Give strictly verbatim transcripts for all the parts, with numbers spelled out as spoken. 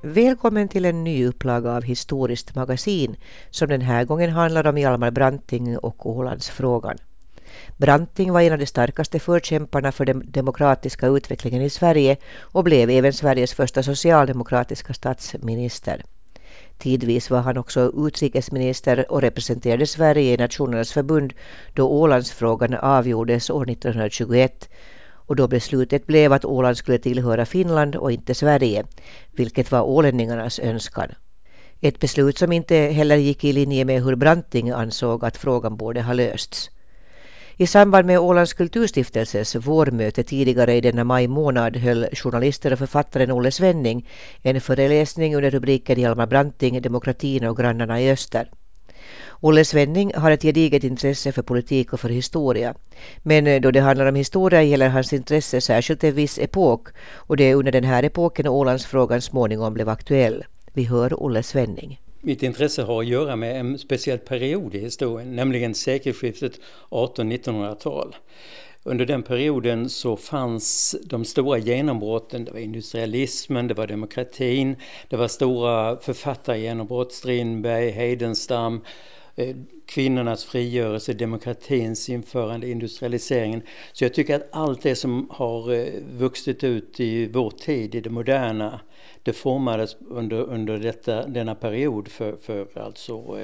Välkommen till en ny upplaga av Historiskt magasin som den här gången handlar om Hjalmar Branting och Ålandsfrågan. Branting var en av de starkaste förkämparna för den demokratiska utvecklingen i Sverige och blev även Sveriges första socialdemokratiska statsminister. Tidvis var han också utrikesminister och representerade Sverige i Nationernas förbund då Ålandsfrågan avgjordes år nittonhundratjugoett. Och då beslutet blev att Åland skulle tillhöra Finland och inte Sverige, vilket var ålänningarnas önskan. Ett beslut som inte heller gick i linje med hur Branting ansåg att frågan borde ha lösts. I samband med Ålands kulturstiftelses vårmöte tidigare i denna maj månad höll journalister och författaren Olle Svenning en föreläsning under rubriken Hjalmar Branting, demokratin och grannarna i öster. Olle Svenning har ett gediget intresse för politik och för historia. Men då det handlar om historia gäller hans intresse särskilt en viss epok, och det är under den här epoken Ålandsfrågan småningom blev aktuell. Vi hör Olle Svenning. Mitt intresse har att göra med en speciell period i historien, nämligen sekelskiftet artonhundra-nittonhundratal. Under den perioden så fanns de stora genombrotten, det var industrialismen, det var demokratin, det var stora författargenombrott, Strindberg, Heidenstam, kvinnornas frigörelse, demokratins införande, industrialiseringen. Så jag tycker att allt det som har vuxit ut i vår tid, i det moderna, det formades under, under detta, denna period för, för alltså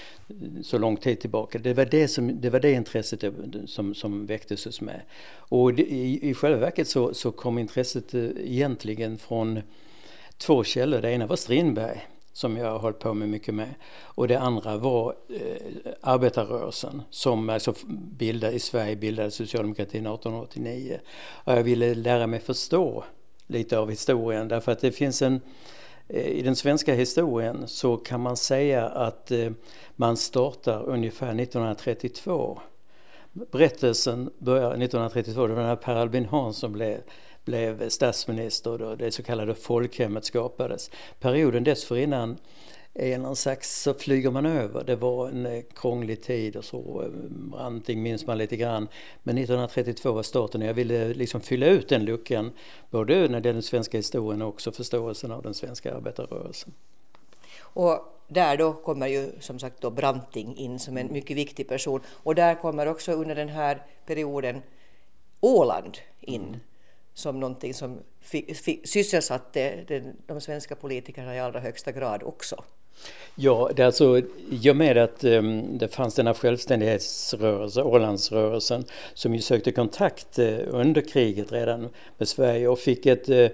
så lång tid tillbaka. Det var det, som, det, var det intresset som, som väcktes hos mig. Och det, i, i själva verket så, så kom intresset egentligen från två källor. Det ena var Strindberg, som jag har hållit på med mycket med. Och det andra var eh, arbetarrörelsen som alltså bildade, i Sverige bildade socialdemokratin artonhundraåttionio. Och jag ville lära mig förstå lite av historien, därför att det finns en eh, i den svenska historien så kan man säga att eh, man startar ungefär nittonhundratrettiotvå. Berättelsen börjar nittonhundratrettiotvå, det var när Per Albin Hansson blev blev statsminister och det så kallade folkhemmet skapades. Perioden dessförinnan är någon slags, så flyger man över. Det var en krånglig tid och så, Branting minns man lite grann. Men nittonhundratrettiotvå var starten och jag ville liksom fylla ut den luckan, både när det gäller den svenska historien och också förståelsen av den svenska arbetarrörelsen. Och där då kommer ju som sagt då Branting in som en mycket viktig person. Och där kommer också under den här perioden Åland in. Mm. Som någonting som fi, fi, sysselsatte den, de svenska politikerna i allra högsta grad också. Ja, det är alltså, jag med att um, det fanns den här självständighetsrörelsen, Ålandsrörelsen, som ju sökte kontakt uh, under kriget redan med Sverige och fick ett uh,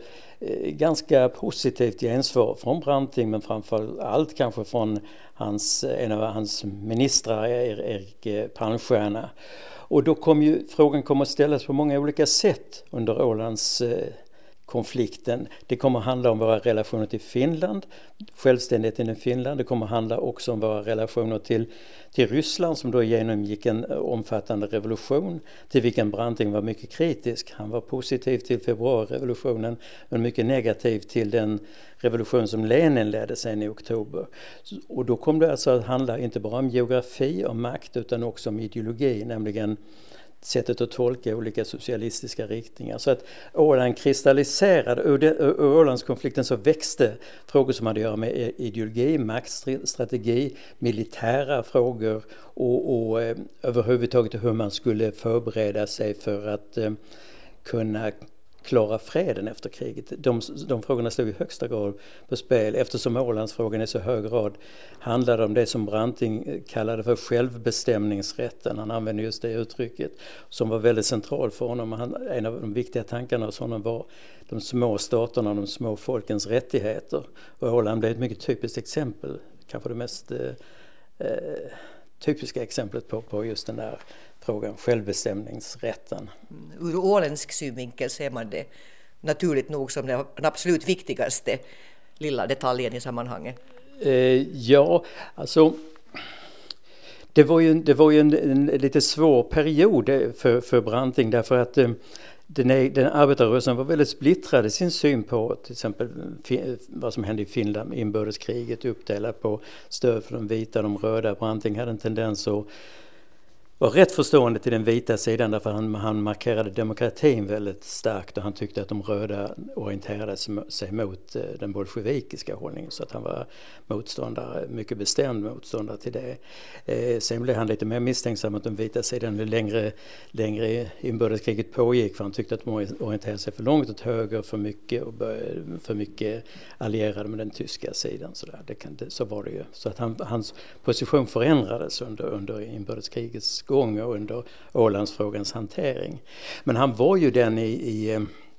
ganska positivt gensvar från Branting, men framför allt kanske från hans, en av hans ministrar, Erik Palmstierna. Och då kom ju frågan kommer att ställas på många olika sätt under Ålands eh, konflikten. Det kommer att handla om våra relationer till Finland, självständigheten i Finland. Det kommer att handla också om våra relationer till, till Ryssland som då genomgick en omfattande revolution till vilken Branting var mycket kritisk. Han var positiv till februarirevolutionen men mycket negativ till den revolution som Lenin ledde sen i oktober. Och då kom det alltså att handla inte bara om geografi och makt utan också om ideologi, nämligen sättet att tolka olika socialistiska riktningar. Så att Åland kristalliserade, ur Ålandskonflikten så växte frågor som hade att göra med ideologi, maktstrategi, militära frågor och, och eh, överhuvudtaget hur man skulle förbereda sig för att eh, kunna klara freden efter kriget. De, de frågorna stod i högsta grad på spel eftersom Ålandsfrågan i så hög grad handlade om det som Branting kallade för självbestämningsrätten. Han använde just det uttrycket som var väldigt central för honom. Han, en av de viktiga tankarna hos honom var de små staterna och de små folkens rättigheter. Och Åland blev ett mycket typiskt exempel, kanske det mest eh, typiska exemplet på, på just den där frågan, självbestämningsrätten. Ur åländsk synvinkel ser man det naturligt nog som den absolut viktigaste lilla detaljen i sammanhanget. Eh, ja, alltså det var ju, det var ju en, en lite svår period för, för Branting därför att eh, den, den arbetarrörelsen var väldigt splittrad i sin syn på till exempel vad som hände i Finland, inbördeskriget uppdelat på stöd för de vita och de röda. Branting hade en tendens att var rätt förstående till den vita sidan därför han, han markerade demokratin väldigt starkt och han tyckte att de röda orienterade sig mot den bolsjevikiska hållningen så att han var motståndare, mycket bestämd motståndare till det. Eh, sen blev han lite mer misstänksam mot den vita sidan ju längre, längre inbördeskriget pågick för han tyckte att de orienterade sig för långt åt höger, för mycket, och för mycket allierade med den tyska sidan. Så, där. Det kan, det, så var det ju. Så att han, hans position förändrades under, under inbördeskrigets gång och under Ålandsfrågans hantering. Men han var ju den i, i,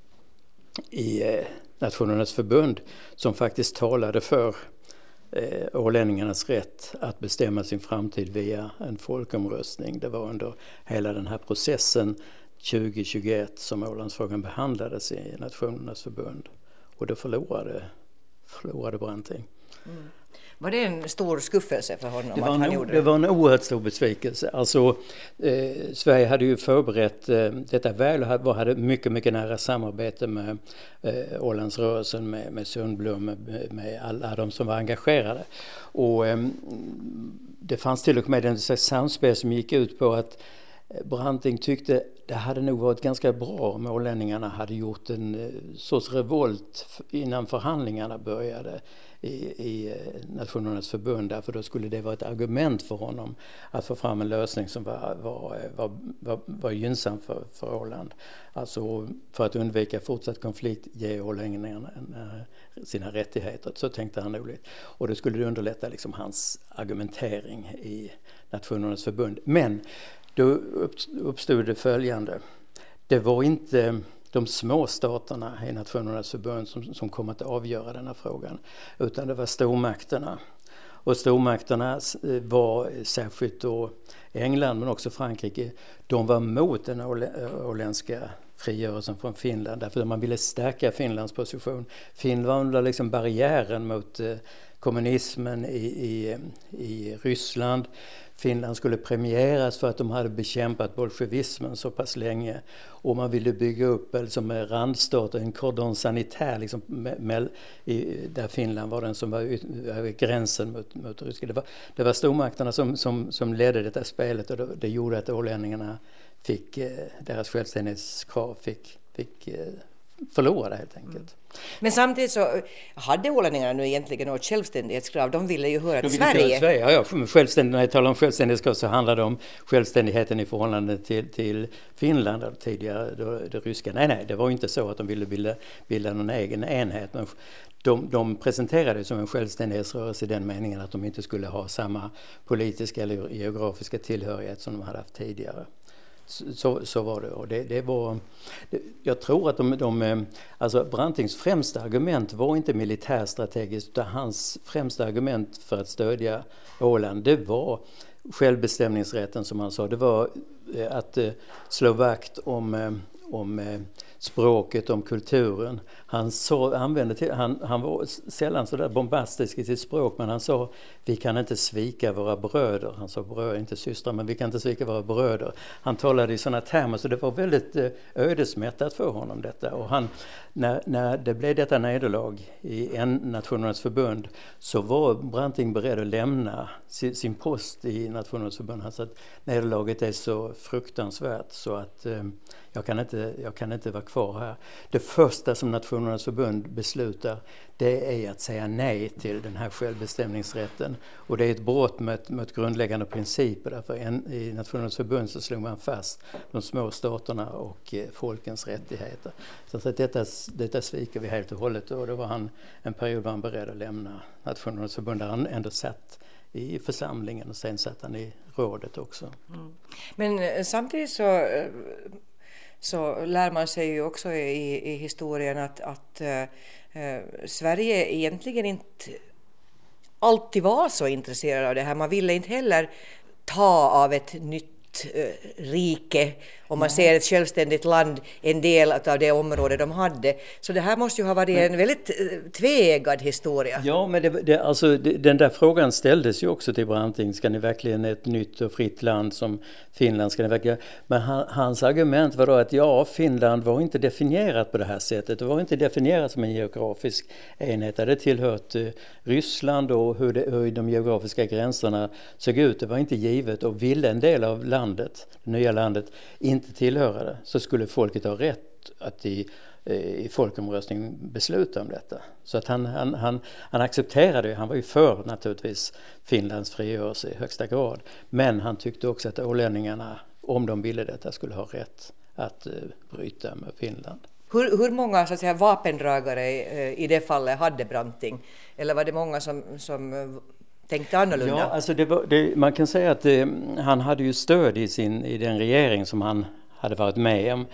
i Nationernas förbund som faktiskt talade för eh, ålänningarnas rätt att bestämma sin framtid via en folkomröstning. Det var under hela den här processen tjugo tjugoett som Ålandsfrågan behandlades i Nationernas förbund. Och då förlorade, förlorade Branting. Mm. Var det en stor skuffelse för honom? Det var, att en, han gjorde det var en oerhört stor besvikelse. Alltså, eh, Sverige hade ju förberett eh, detta väl och hade, hade mycket, mycket nära samarbete med eh, Ålandsrörelsen, med, med Sundblom, med, med alla de som var engagerade. Och eh, det fanns till och med en samspel som gick ut på att Branting tyckte det hade nog varit ganska bra om ålänningarna hade gjort en sorts revolt innan förhandlingarna började i, i Nationernas förbund. För då skulle det vara ett argument för honom att få fram en lösning som var, var, var, var, var gynnsam för, för Åland. Alltså för att undvika fortsatt konflikt ge ålänningarna sina rättigheter. Så tänkte han nog lite. Och då skulle det underlätta liksom hans argumentering i Nationernas förbund. Men då uppstod det följande. Det var inte de små staterna i Nationernas förbund som, som kom att avgöra denna frågan, utan det var stormakterna. Och stormakterna var särskilt då England men också Frankrike. De var mot den åländska frigörelsen från Finland därför att man ville stärka Finlands position. Finland var liksom barriären mot kommunismen i, i, i Ryssland. Finland skulle premieras för att de hade bekämpat bolsjevismen så pass länge och man ville bygga upp liksom med randstater, en cordon sanitär liksom, med, med, i, där Finland var den som var över gränsen mot, mot Ryssland. Det var, det var stormakterna som, som, som ledde detta spelet och det, det gjorde att ålänningarna fick, eh, deras självständighetskrav fick, fick eh, förlora det helt enkelt. Mm. Men samtidigt så hade ålänningarna nu egentligen något självständighetskrav. De ville ju höra till Sverige. Sverige. Sverige. Ja, ja. Självständig, när jag talar om självständighetskrav så handlar det om självständigheten i förhållande till, till Finland och tidigare det, det ryska. Nej, nej, det var inte så att de ville bilda, bilda någon egen enhet. Men de, de presenterade det som en självständighetsrörelse i den meningen att de inte skulle ha samma politiska eller geografiska tillhörighet som de hade haft tidigare. Så, så var det. Och det, det var, det, jag tror att de, de, alltså Brantings främsta argument var inte militärstrategiskt utan hans främsta argument för att stödja Åland det var självbestämningsrätten som han sa. Det var att slå vakt om, om språket, om kulturen. Han, sa, använde till, han, han var sällan så där bombastisk i sitt språk men han sa vi kan inte svika våra bröder. Han sa bröder, inte systrar, men vi kan inte svika våra bröder. Han talade i sådana termer så det var väldigt ödesmättat för honom detta. Och han, när, när det blev detta nederlag i en Nationernas förbund så var Branting beredd att lämna sin, sin post i Nationernas förbund. Han sa att nederlaget är så fruktansvärt så att eh, jag, kan inte, jag kan inte vara kvar här. Det första som Nationernas förbund beslutar det är att säga nej till den här självbestämningsrätten. Och det är ett brott mot, mot grundläggande principer. Därför en, i Nationernas förbund så slog man fast de små staterna och eh, folkens rättigheter. Så att detta, detta sviker vi helt och hållet. Och då var han en period var han beredd att lämna Nationernas förbund där han ändå satt i församlingen och sen satt han i rådet också. Mm. Men samtidigt så... så lär man sig ju också i, i historien att, att eh, Sverige egentligen inte alltid var så intresserad av det här. Man ville inte heller ta av ett nytt eh, rike om man ser ett självständigt land en del av det område de hade. Så det här måste ju ha varit en väldigt tveeggad historia. Ja, men det, det, alltså, det, den där frågan ställdes ju också till Branting. Ska ni verkligen ett nytt och fritt land som Finland? Ska ni verkligen? Men han, hans argument var då att ja, Finland var inte definierat på det här sättet. Det var inte definierat som en geografisk enhet. Det tillhört eh, Ryssland och hur, det, hur de geografiska gränserna såg ut. Det var inte givet och ville en del av landet landet, det nya landet, inte tillhöra det, så skulle folket ha rätt att i, i folkomröstning besluta om detta. Så att han, han, han, han accepterade, han var ju för naturligtvis Finlands frigörelse i högsta grad. Men han tyckte också att ålänningarna, om de ville detta, skulle ha rätt att uh, bryta med Finland. Hur, hur många så att säga, vapendragare i, i det fallet hade Branting? Eller var det många som, som tänkte annorlunda? Ja, alltså det var, det, man kan säga att det, han hade ju stöd i, sin, i den regering som han hade varit med om.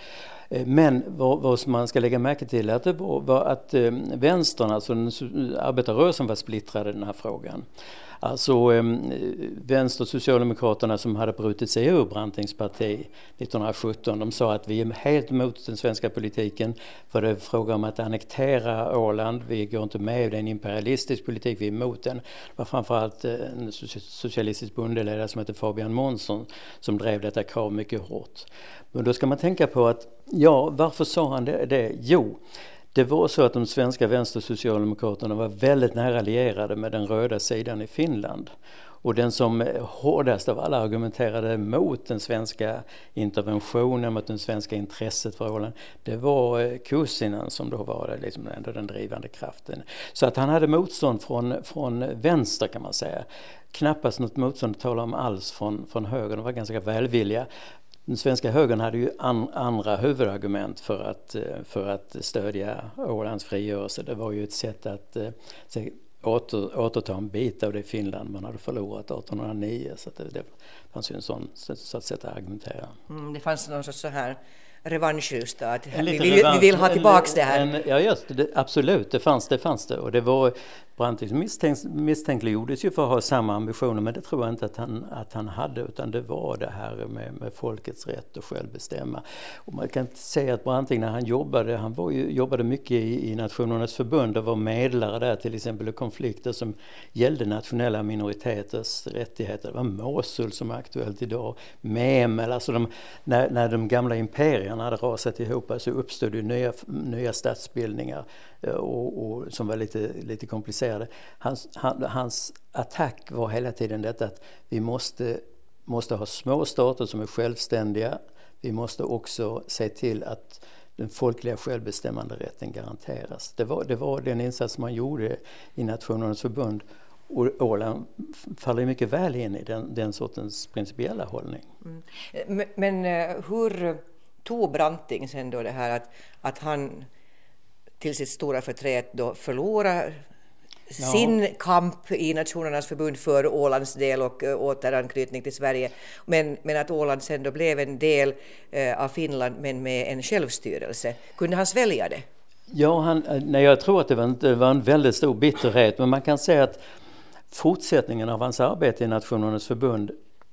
Men vad, vad som man ska lägga märke till är att det var, var att eh, vänstern, alltså den, arbetarrörelsen, var splittrad i den här frågan. Alltså eh, vänster- Socialdemokraterna som hade brutit sig ur Brantings parti nittonhundrasjutton, de sa att vi är helt emot den svenska politiken för det är fråga om att annektera Åland. Vi går inte med, det är en imperialistisk politik, vi är emot den. Det var framförallt en socialistisk bondeledare som heter Fabian Månsson som drev detta krav mycket hårt. Men då ska man tänka på att, ja, varför sa han det? det? Jo, det var så att de svenska vänstersocialdemokraterna var väldigt nära allierade med den röda sidan i Finland. Och den som hårdast av alla argumenterade mot den svenska interventionen, mot den svenska intresset för Åland, det var Kuusinen som då var liksom ändå den drivande kraften. Så att han hade motstånd från, från vänster kan man säga. Knappast något motstånd att tala om alls från, från höger, de var ganska välvilliga. Den svenska högern hade ju an, andra huvudargument för att, för att stödja Ålands frigörelse. Det var ju ett sätt att eh, åter, återta en bit av det Finland man hade förlorat artonhundranio. Så det, det fanns ju en sån så att sätt att argumentera. Mm, det fanns någon sorts så här revanschlust att vi, vi, vi, vi vill ha tillbaks det här. En, ja just det, absolut, det fanns det, fanns det. Och det var, Branting misstänk, misstänkliggjordes ju för att ha samma ambitioner, men det tror jag inte att han, att han hade, utan det var det här med, med folkets rätt att själv bestämma. Och man kan säga att Branting när han jobbade, han var ju, jobbade mycket i, i Nationernas förbund och var medlare där till exempel i konflikter som gällde nationella minoriteters rättigheter. Det var Mosul som är aktuellt idag, Memel, alltså de, när, när de gamla imperierna hade rasat ihop så uppstod ju nya, nya statsbildningar och, och, som var lite, lite komplicerade. Hans, han, hans attack var hela tiden detta att vi måste, måste ha små stater som är självständiga. Vi måste också se till att den folkliga självbestämmande rätten garanteras. Det var, det var den insats man gjorde i Nationernas förbund. Och Åland faller mycket väl in i den, den sortens principiella hållning. Mm. Men, men hur tog Branting sen då det här att, att han till sitt stora förtret då förlorar ja. sin kamp i Nationernas förbund för Ålands del och uh, återanknytning till Sverige, men, men att Åland sen då blev en del uh, av Finland men med en självstyrelse. Kunde han svälja det? Ja, han, nej, jag tror att det var, en, det var en väldigt stor bitterhet, men man kan säga att fortsättningen av hans arbete i Nationernas förbund,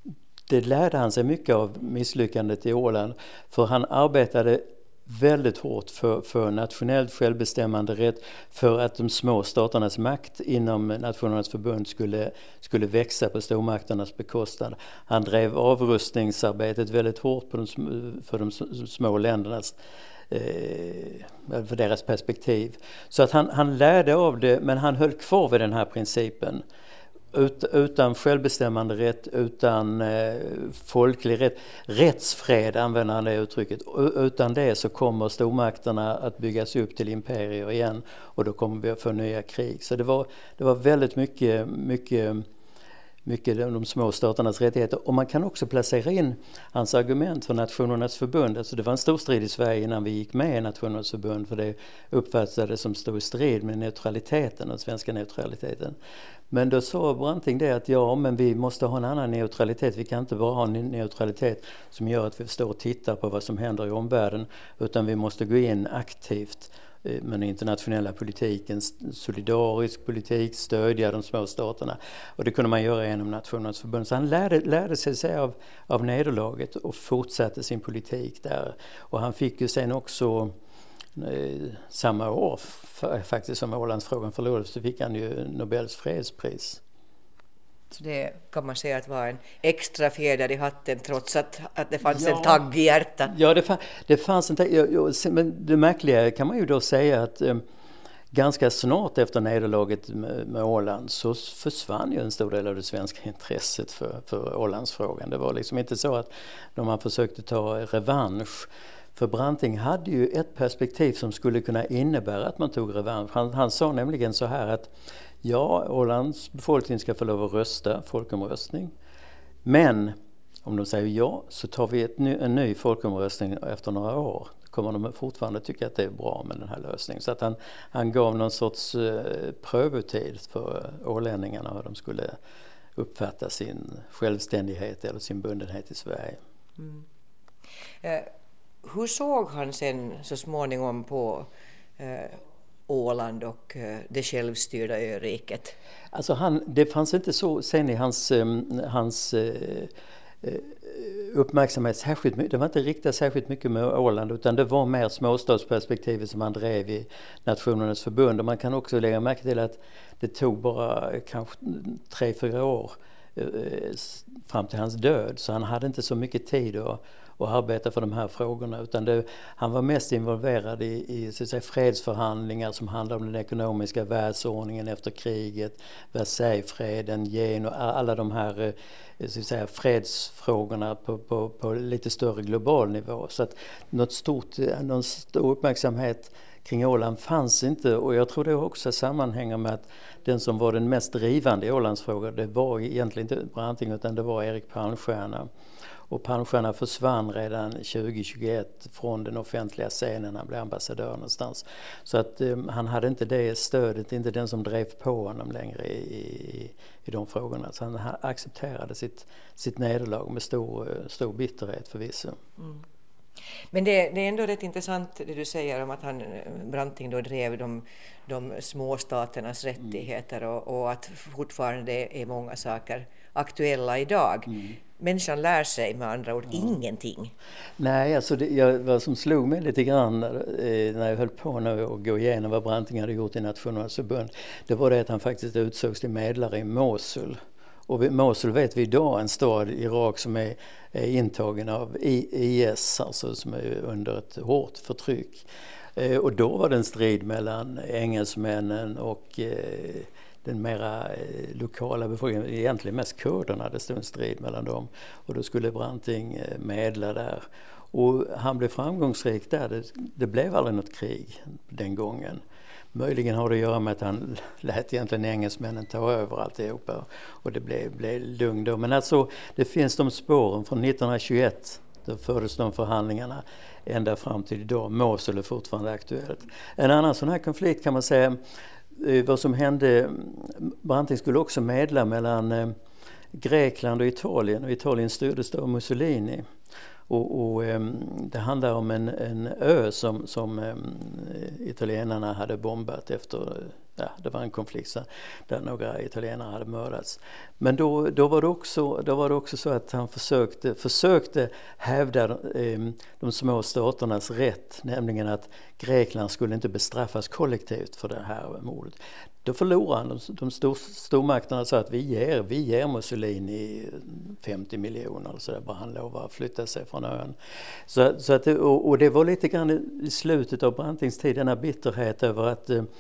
det lärde han sig mycket av misslyckandet i Åland, för han arbetade väldigt hårt för, för nationellt självbestämmande rätt, för att de små staternas makt inom Nationernas förbund skulle, skulle växa på stormakternas bekostnad. Han drev avrustningsarbetet väldigt hårt på de, för de små ländernas eh, för deras perspektiv. Så att han, han lärde av det, men han höll kvar vid den här principen. Ut, utan självbestämmande rätt, utan eh, folklig rätt, rättsfred använder han det uttrycket. Utan det så kommer stormakterna att byggas upp till imperier igen och då kommer vi att få nya krig. Så det var, det var väldigt mycket, mycket, mycket de små staternas rättigheter. Och man kan också placera in hans argument för Nationernas förbund. Alltså det var en stor strid i Sverige innan vi gick med i Nationernas förbund, för det uppfattades som stod i strid med neutraliteten, den svenska neutraliteten. Men då sa Branting det att ja, men vi måste ha en annan neutralitet. Vi kan inte bara ha en neutralitet som gör att vi står och tittar på vad som händer i omvärlden, utan vi måste gå in aktivt med den internationella politiken, solidarisk politik, stödja de små staterna. Och det kunde man göra genom Nationernas förbund. Så han lärde, lärde sig, sig av, av nederlaget och fortsatte sin politik där. Och han fick ju sen också samma år faktiskt som Ålandsfrågan förlorades, så fick han ju Nobels fredspris. Så det kan man säga att var en extra fjäder i hatten trots att, att det fanns ja, en tagg i hjärtat. Ja, det, fann, det fanns en tagg. Men det märkliga kan man ju då säga att ganska snart efter nederlaget med, med Åland så försvann ju en stor del av det svenska intresset för, för Ålandsfrågan. Det var liksom inte så att när man försökte ta revansch. För Branting hade ju ett perspektiv som skulle kunna innebära att man tog revansch. Han, han sa nämligen så här att ja, Ålands befolkning ska få lov att rösta, folkomröstning. Men om de säger ja så tar vi ett ny, en ny folkomröstning efter några år. Kommer de fortfarande tycka att det är bra med den här lösningen. Så att han, han gav någon sorts eh, prövotid för ålänningarna hur de skulle uppfatta sin självständighet eller sin bundenhet i Sverige. Mm. Eh, hur såg han sen så småningom på eh, Åland och eh, det självstyrda öriket? Alltså han, det fanns inte så sen i hans, um, hans uh, uppmärksamhet särskilt mycket. Det var inte riktigt särskilt mycket med Åland utan det var mer småstadsperspektivet som han drev i Nationernas förbund. Och man kan också lägga märke till att det tog bara kanske tre, fyra år eh, fram till hans död. Så han hade inte så mycket tid att, att arbeta för de här frågorna utan det, han var mest involverad i, i så att säga, fredsförhandlingar som handlade om den ekonomiska världsordningen efter kriget, Versaillesfreden, Gen och alla de här så att säga, fredsfrågorna på, på, på lite större global nivå. Så att något stort, någon stor uppmärksamhet kring Åland fanns inte och jag tror det också sammanhänger med att den som var den mest drivande i Ålandsfrågor det var egentligen inte Branting utan det var Erik Palmstierna. Och Palmstierna försvann redan tjugo tjugoett från den offentliga scenen, han blev ambassadör någonstans. Så att um, han hade inte det stödet, inte den som drev på honom längre i, i, i de frågorna. Så han accepterade sitt, sitt nederlag med stor, stor bitterhet förvisso. Mm. Men det, det är ändå rätt intressant det du säger om att han, Branting då drev de, de små staternas rättigheter och, och att fortfarande är många saker aktuella idag. Mm. Människan lär sig med andra ord ja. ingenting. Nej, alltså det, jag, vad som slog mig lite grann eh, när jag höll på nu att gå igenom vad Branting hade gjort i Nationernas förbund, det var det att han faktiskt utsågs till medlare i Mosul. Och vid Mosul vet vi idag en stad i Irak som är, är intagen av I S, alltså som är under ett hårt förtryck. Eh, och då var det en strid mellan engelsmännen och eh, den mera eh, lokala befolkningen, egentligen mest kurderna, det stod en strid mellan dem. Och då skulle Branting eh, medla där. Och han blev framgångsrik där, det, det blev aldrig något krig den gången. Möjligen har det att göra med att han lät egentligen engelsmännen ta över alltihopa och det blev, blev lugn då. Men alltså det finns de spåren från nittonhundratjugoett, då fördes de förhandlingarna ända fram till idag. Mosul är fortfarande aktuellt. En annan sån här konflikt kan man säga, vad som hände, Branting skulle också medla mellan Grekland och Italien och Italien styrdes då av Mussolini. Och, och det handlar om en, en ö som, som italienarna hade bombat efter, ja, det var en konflikt där några italienare hade mördats. Men då, då, var det också, då var det också så att han försökte, försökte hävda eh, de små staternas rätt, nämligen att Grekland skulle inte bestraffas kollektivt för det här mordet. Då förlorade han. De, de stor, stormakterna sa att vi ger, vi ger Mussolini femtio miljoner och så där, bara han lovar att flytta sig från ön. Så, så att det, och, och det var lite grann i slutet av Brantings tid, denna bitterhet över att eh,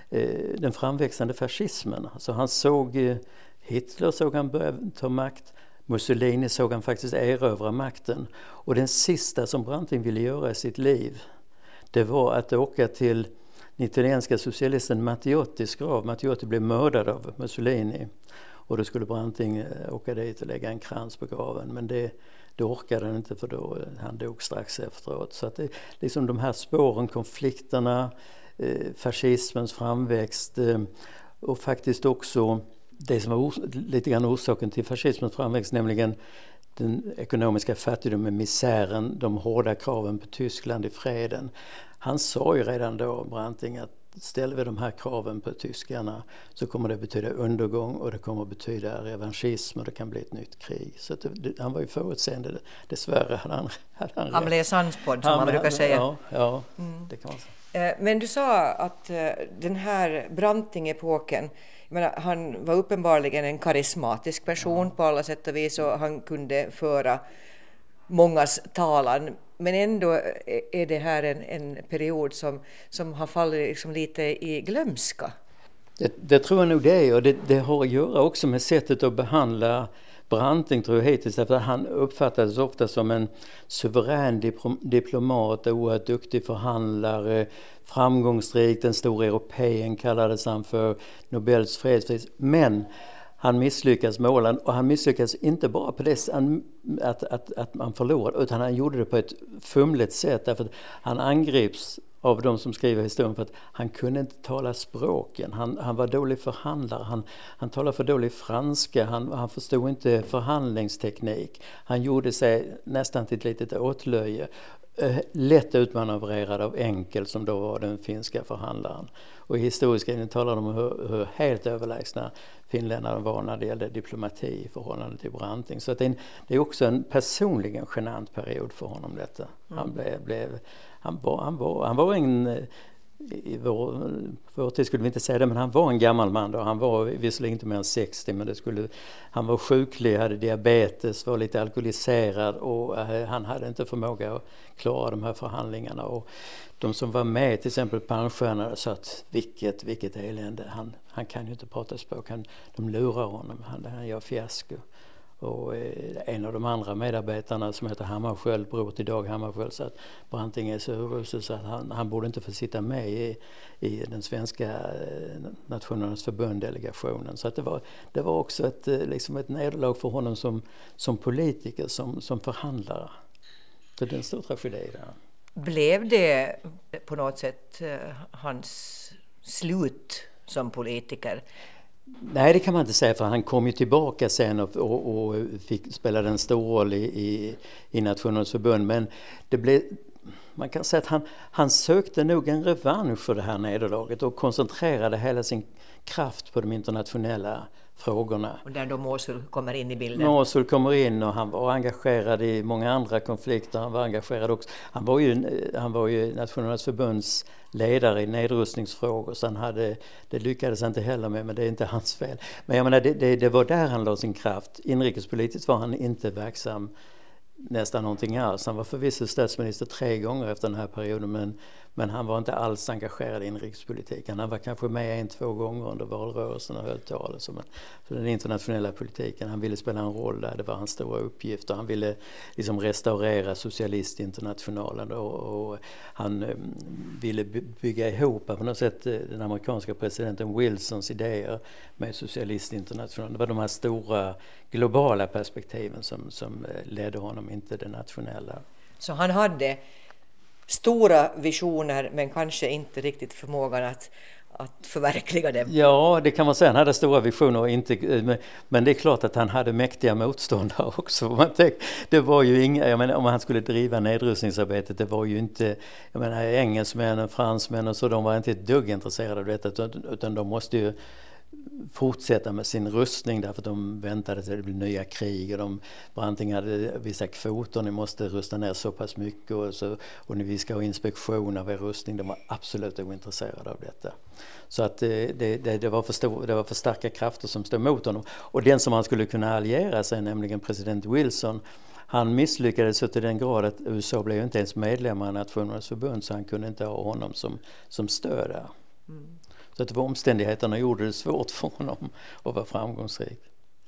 den framväxande fascismen. Alltså han såg eh, Hitler såg han börja ta makt, Mussolini såg han faktiskt erövra makten. Och den sista som Branting ville göra i sitt liv, det var att åka till den italienska socialisten Matteottis grav. Matteotti blev mördad av Mussolini och då skulle Branting åka dit och lägga en krans på graven. Men det, det orkade han inte för då han dog strax efteråt. Så att det, liksom de här spåren, konflikterna, eh, fascismens framväxt eh, och faktiskt också det som var ors- lite grann orsaken till fascismens framväxt, nämligen den ekonomiska fattigdomen, misären, de hårda kraven på Tyskland i freden. Han sa ju redan då, Branting, att ställer vi de här kraven på tyskarna så kommer det betyda undergång och det kommer betyda revanschism och det kan bli ett nytt krig. Så att det, han var ju förutseende, dessvärre hade han, hade han Han blev sannspådd som han, man brukar han, säga. Ja, ja mm. det kan man säga. Men du sa att den här Branting-epoken, jag menar, han var uppenbarligen en karismatisk person på alla sätt och vis och han kunde föra mångas talan. Men ändå är det här en, en period som, som har fallit liksom lite i glömska. Det, det tror jag nog det är, och det, det har att göra också med sättet att behandla Branting, tror jag hittills, därför att han uppfattades ofta som en suverän diplomat, oerhört duktig förhandlare, framgångsrik, den stora europeen kallades han för, Nobels fredspris. Men han misslyckas med Åland, och han misslyckas inte bara på det att, att, att man förlorade, utan han gjorde det på ett fumligt sätt, därför att han angrips av de som skriver historien för att han kunde inte tala språken. Han, han var dålig förhandlare, han, han talade för dålig franska, han, han förstod inte förhandlingsteknik. Han gjorde sig nästan till ett litet åtlöje. Lätt utmanövrerad av Enkel, som då var den finska förhandlaren. Och i historieskrivningen talar de om hur, hur helt överlägsna finländarna var när det gällde diplomati i förhållande till Branting. Så att det, är en, det är också en personligen genant period för honom detta. Mm. Han, blev, blev, han, var, han, var, han var en... I vår, vår tid skulle vi inte säga det, men han var en gammal man då. Han var visserligen inte mer än sextio, men det skulle, han var sjuklig, hade diabetes, var lite alkoholiserad, och eh, han hade inte förmåga att klara de här förhandlingarna. Och de som var med, till exempel Palmstierna, sa att vilket, vilket elände, han, han kan ju inte prata språk, han, de lurar honom, han, han gör fiasko. Och eh, en av de andra medarbetarna som heter Hammarskjöld, bror till Dag Hammarskjöld, så att Branting är så urusel så att han, han borde inte få sitta med i, i den svenska eh, Nationernas förbund-delegationen. Så att det var, det var också ett, eh, liksom ett nederlag för honom som, som politiker, som, som förhandlare. Så det är en stor tragedi där. Blev det på något sätt eh, hans slut som politiker? Nej, det kan man inte säga, för han kom ju tillbaka sen och, och, och fick spela en stor roll i, i, i Nationernas förbund. Men det blev, man kan säga att han, han sökte nog en revansch för det här nederlaget och koncentrerade hela sin kraft på de internationella frågorna. Och där då Mosul kommer in i bilden. Mosul kommer in, och han var engagerad i många andra konflikter. Han var engagerad också. Han var ju, han var ju Nationernas förbunds ledare i nedrustningsfrågor, så han hade, det lyckades han inte heller med, men det är inte hans fel. Men jag menar, det, det, det var där han la sin kraft. Inrikespolitiskt var han inte verksam nästan någonting alls. Han var förvisso statsminister tre gånger efter den här perioden, men, men han var inte alls engagerad i inrikespolitiken. Han var kanske med en, två gånger under valrörelsen och höll tal. Så, men, så den internationella politiken, han ville spela en roll där, det var hans stora uppgift, och han ville liksom restaurera socialistinternationalen, och, och han um, ville bygga ihop på något sätt den amerikanska presidenten Wilsons idéer med socialistinternationalen. Det var de här stora globala perspektiven som, som ledde honom, inte det nationella. Så han hade stora visioner, men kanske inte riktigt förmågan att, att förverkliga dem? Ja, det kan man säga. Han hade stora visioner, och inte, men det är klart att han hade mäktiga motståndare också. Man tänkte, det var ju inga, jag menar, om han skulle driva nedrustningsarbetet, det var ju inte, jag menar, engelsmän, fransmän och så, de var inte ett dugg intresserade av detta, utan, utan de måste ju fortsätta med sin rustning, därför att de väntade sig att det blir nya krig, och de, Branting hade vissa kvoter, ni måste rusta ner så pass mycket, och, så, och vi ska ha inspektion av er rustning. De var absolut ointresserade av detta. Så att det, det, det, var för stor, det var för starka krafter som stod mot honom. Och den som han skulle kunna alliera sig, nämligen president Wilson, han misslyckades så till den grad att U S A blev inte ens medlemmar i Nationernas förbund, så han kunde inte ha honom som, som stöd där. Mm. Så att det var omständigheterna gjorde det svårt för honom att vara framgångsrik.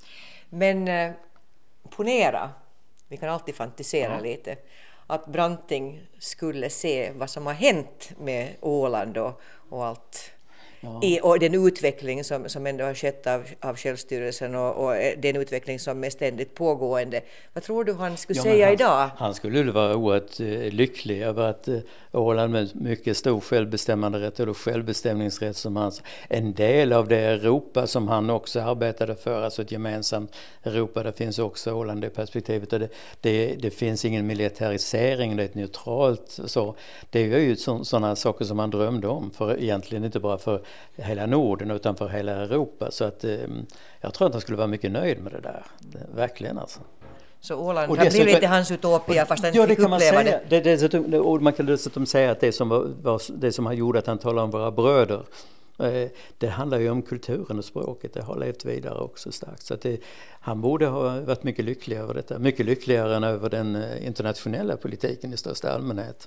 Men eh, ponera, vi kan alltid fantisera ja. lite, att Branting skulle se vad som har hänt med Åland och, och allt. Ja. I, och den utveckling som, som ändå har skett av, av självstyrelsen, och, och den utveckling som är ständigt pågående. Vad tror du han skulle ja, säga han, idag? Han skulle vara oerhört uh, lycklig över att uh, Åland med mycket stor självbestämmande rätt, eller självbestämningsrätt som hans, en del av det Europa som han också arbetade för, alltså ett gemensamt Europa, där finns också Åland i perspektivet, och det, det, det finns ingen militarisering, det är ett neutralt så. Det är ju sådana saker som han drömde om, för egentligen inte bara för hela Norden utan för hela Europa, så att eh, jag tror att han skulle vara mycket nöjd med det där, det, verkligen alltså. Så Åland har blivit lite hans utopia, fast han ja, fick det kan uppleva man säga. det. Det, det, och man kan dessutom säga att det som, var, var, det som har gjort att han talar om våra bröder, Det handlar ju om kulturen och språket, det har levt vidare också starkt. Så att det, han borde ha varit mycket lyckligare över detta, mycket lyckligare än över den internationella politiken i största allmänhet.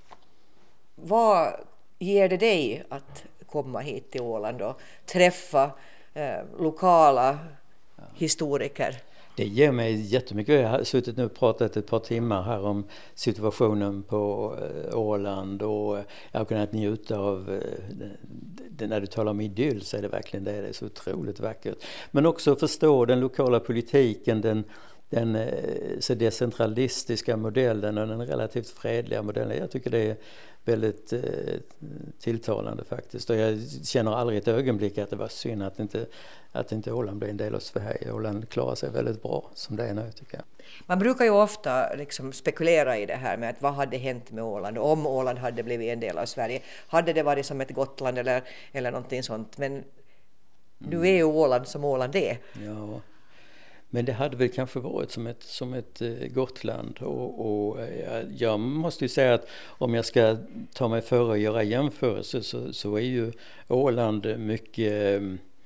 Vad ger det dig att komma hit till Åland och träffa eh, lokala ja. historiker? Det ger mig jättemycket. Jag har suttit nu och pratat ett par timmar här om situationen på Åland och jag har kunnat njuta av det. När du talar om idyll så är det verkligen det. Det är så otroligt vackert. Men också förstå den lokala politiken, den, den så decentralistiska modellen och den relativt fredliga modellen. Jag tycker det är väldigt eh, tilltalande faktiskt. Och jag känner aldrig ett ögonblick att det var synd att inte, att inte Åland blev en del av Sverige. Åland klarar sig väldigt bra som det är nu, tycker jag. Man brukar ju ofta liksom spekulera i det här med att vad hade hänt med Åland om Åland hade blivit en del av Sverige. Hade det varit som ett Gotland eller, eller någonting sånt. Men mm. nu är ju Åland som Åland är. Ja. Men det hade väl kanske varit som ett, som ett Gotland och, och jag, jag måste ju säga att om jag ska ta mig för att göra jämförelser så, så är ju Åland mycket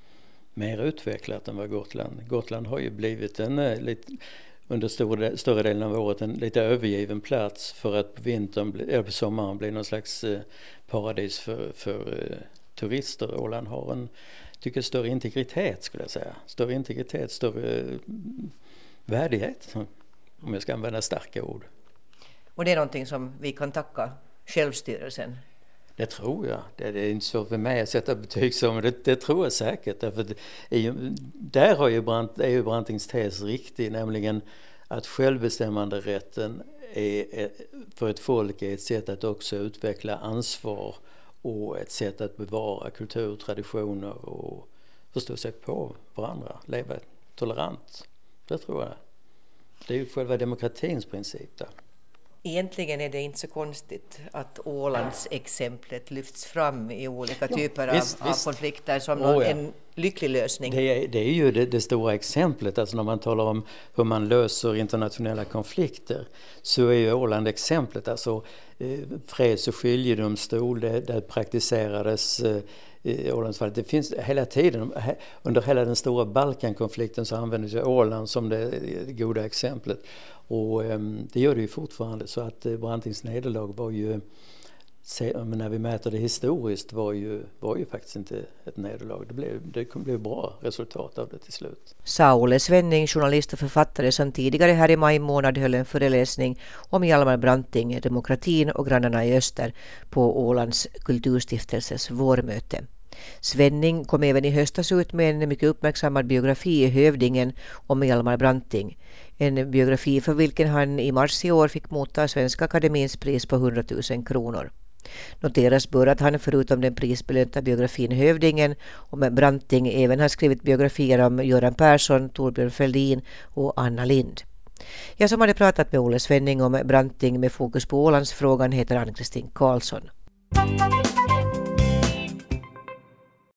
mer utvecklat än vad Gotland. Gotland har ju blivit en lite, under stor, större delen av året en lite övergiven plats för att på vintern eller på sommaren blir någon slags paradis för, för turister. Åland har en tycker större integritet skulle jag säga. Större integritet, större värdighet, om jag ska använda starka ord. Och det är någonting som vi kan tacka självstyrelsen? Det tror jag. Det är inte så för mig att sätta betyg som, det, det tror jag säkert. Därför att ju, där har ju Brant, är ju Brantings tes riktig, nämligen att självbestämmanderätten är, är, för ett folk är ett sätt att också utveckla ansvar och ett sätt att bevara kultur, traditioner och förstå sig på varandra, leva tolerant. Det tror jag. Det är ju själva demokratins princip där. Egentligen är det inte så konstigt att Ålands exemplet lyfts fram i olika ja, typer visst, av, visst. av konflikter som oh, ja. en lycklig lösning. Det är, det är ju det, det stora exemplet, alltså när man talar om hur man löser internationella konflikter så är ju Åland exemplet, alltså eh, freds- och skiljedomstol, det, det praktiserades eh, i Ålandsfallet. Det finns hela tiden, under hela den stora Balkankonflikten så användes ju Åland som det, det goda exemplet. Och um, det gör det ju fortfarande, så att uh, Brantings nederlag var ju, se, när vi mäter det historiskt, var ju, var ju faktiskt inte ett nederlag. Det blev, det blev bra resultat av det till slut. Sa Olle Svenning, journalist och författare som tidigare här i maj månad höll en föreläsning om Hjalmar Branting, demokratin och grannarna i öster på Ålands kulturstiftelses vårmöte. Svenning kom även i höstas ut med en mycket uppmärksammad biografi i Hövdingen om Hjalmar Branting. En biografi för vilken han i mars i år fick motta Svenska Akademins pris på hundratusen kronor. Noteras bör att han förutom den prisbelönta biografin Hövdingen om Branting även har skrivit biografier om Göran Persson, Torbjörn Fälldin och Anna Lind. Jag som hade pratat med Olle Svenning om Branting med fokus på Ålandsfrågan heter Ann-Kristin Karlsson.